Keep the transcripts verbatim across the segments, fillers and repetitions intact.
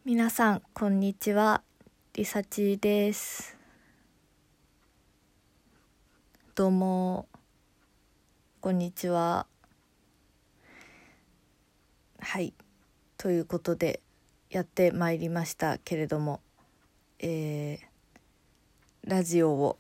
皆さんこんにちは、りさちです。どうもこんにちは。はい、ということでやってまいりましたけれども、えー、ラジオを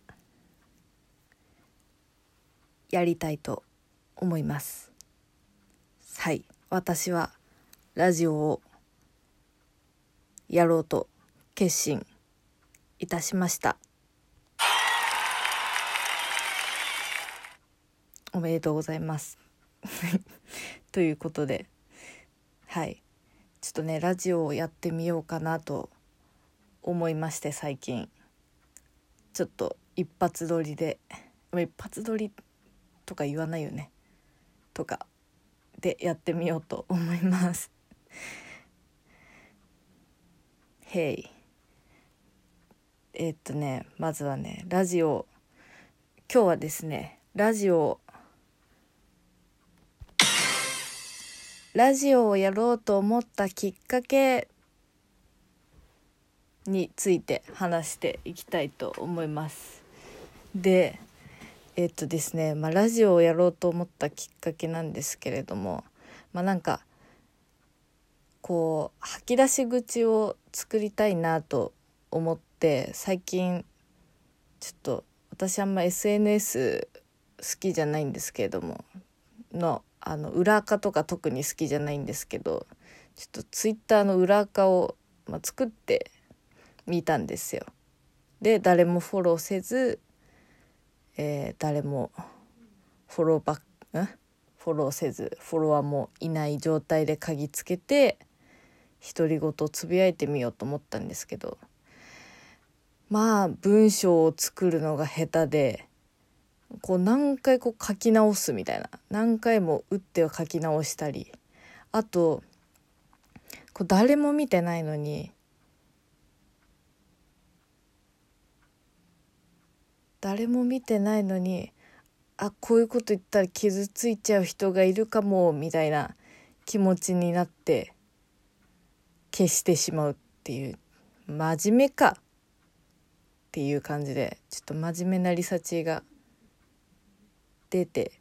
やりたいと思います。はい、私はラジオをやろうと決心いたしました。おめでとうございますということで、はいちょっとねラジオをやってみようかなと思いまして、最近ちょっと一発撮りで一発撮りとか言わないよねとかでやってみようと思いますへいえー、っとねまずはねラジオ今日はですねラジオラジオをやろうと思ったきっかけについて話していきたいと思います。でえっとですね、まあ、ラジオをやろうと思ったきっかけなんですけれども、まあなんかこう吐き出し口を作りたいなと思って、最近ちょっと私あんま エスエヌエス 好きじゃないんですけれどものあの裏垢とか特に好きじゃないんですけど、ちょっとツイッターの裏垢を、まあ、作ってみたんですよ。で誰もフォローせず、えー、誰もフォローバックんフォローせずフォロワーもいない状態で鍵つけて独り言をつぶやいてみようと思ったんですけど、まあ文章を作るのが下手で、こう何回こう書き直すみたいな、何回も打っては書き直したり、あとこう誰も見てないのに誰も見てないのにあこういうこと言ったら傷ついちゃう人がいるかもみたいな気持ちになって消してしまうっていう、真面目かっていう感じで、ちょっと真面目なリサチが出て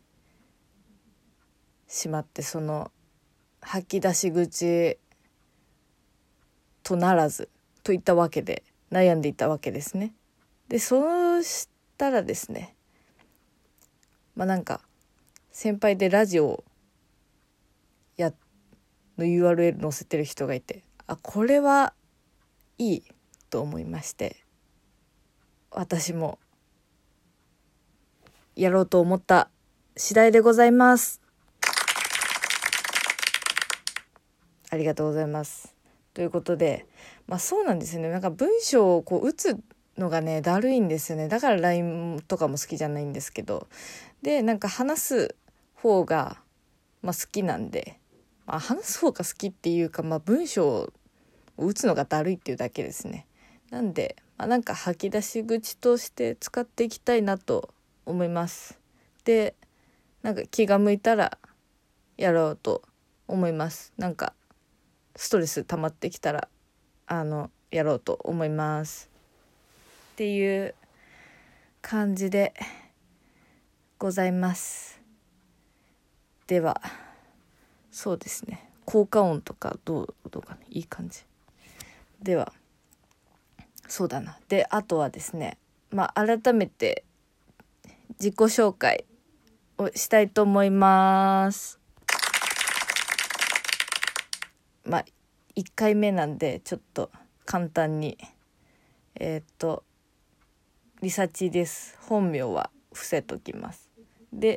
しまって、その吐き出し口とならずといったわけで悩んでいたわけですね。でそうしたらですね、まあなんか先輩でラジオやの ユーアールエル 載せてる人がいて、あこれはいいと思いまして、私もやろうと思った次第でございます。ありがとうございます。ということで、まあそうなんですよね。なんか文章をこう打つのがねだるいんですよね。だから ライン とかも好きじゃないんですけど、でなんか話す方が、まあ、好きなんで、まあ、話す方が好きっていうか、まあ、文章を打つのがだるいっていうだけですね。なんで、まあ、なんか吐き出し口として使っていきたいなと思います。でなんか気が向いたらやろうと思います。なんかストレス溜まってきたらあのやろうと思いますっていう感じでございます。ではそうですね、効果音とかどうどうかね、いい感じではそうだな。であとはですね、まあ改めて自己紹介をしたいと思います。まあいっかいめなんでちょっと簡単に、えー、っとリサチです。本名は伏せときます。で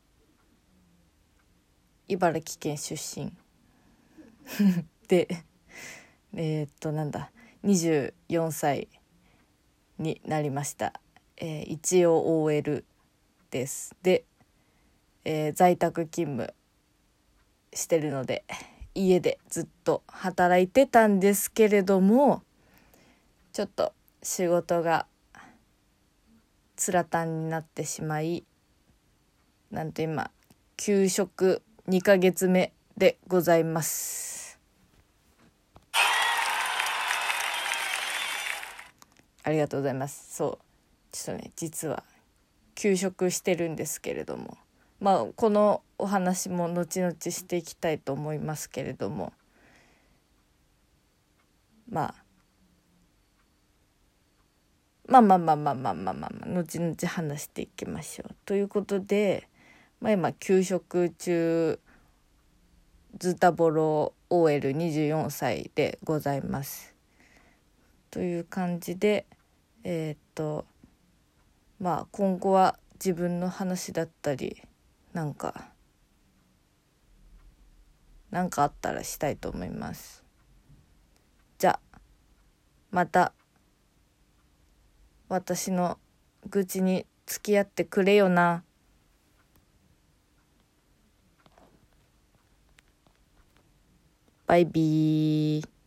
茨城県出身でえー、っとなんだにじゅうよんさいになりました、えー、一応 オーエル です。で、えー、在宅勤務してるので家でずっと働いてたんですけれども、ちょっと仕事がつらたんになってしまい、なんと今休職にかげつめでございます。 ありがとうございます。そうちょっとね実は休職してるんですけれども、まあこのお話も後々していきたいと思いますけれども、まあまあまあまあまあまあまあまあ、まあ、後々話していきましょうということで、まあ、今休職中ズタボロ オーエルにじゅうよん 歳でございますという感じで、えー、っとまあ今後は自分の話だったりなんかなんかあったらしたいと思います。じゃあまた私の愚痴に付き合ってくれよな。バイビー。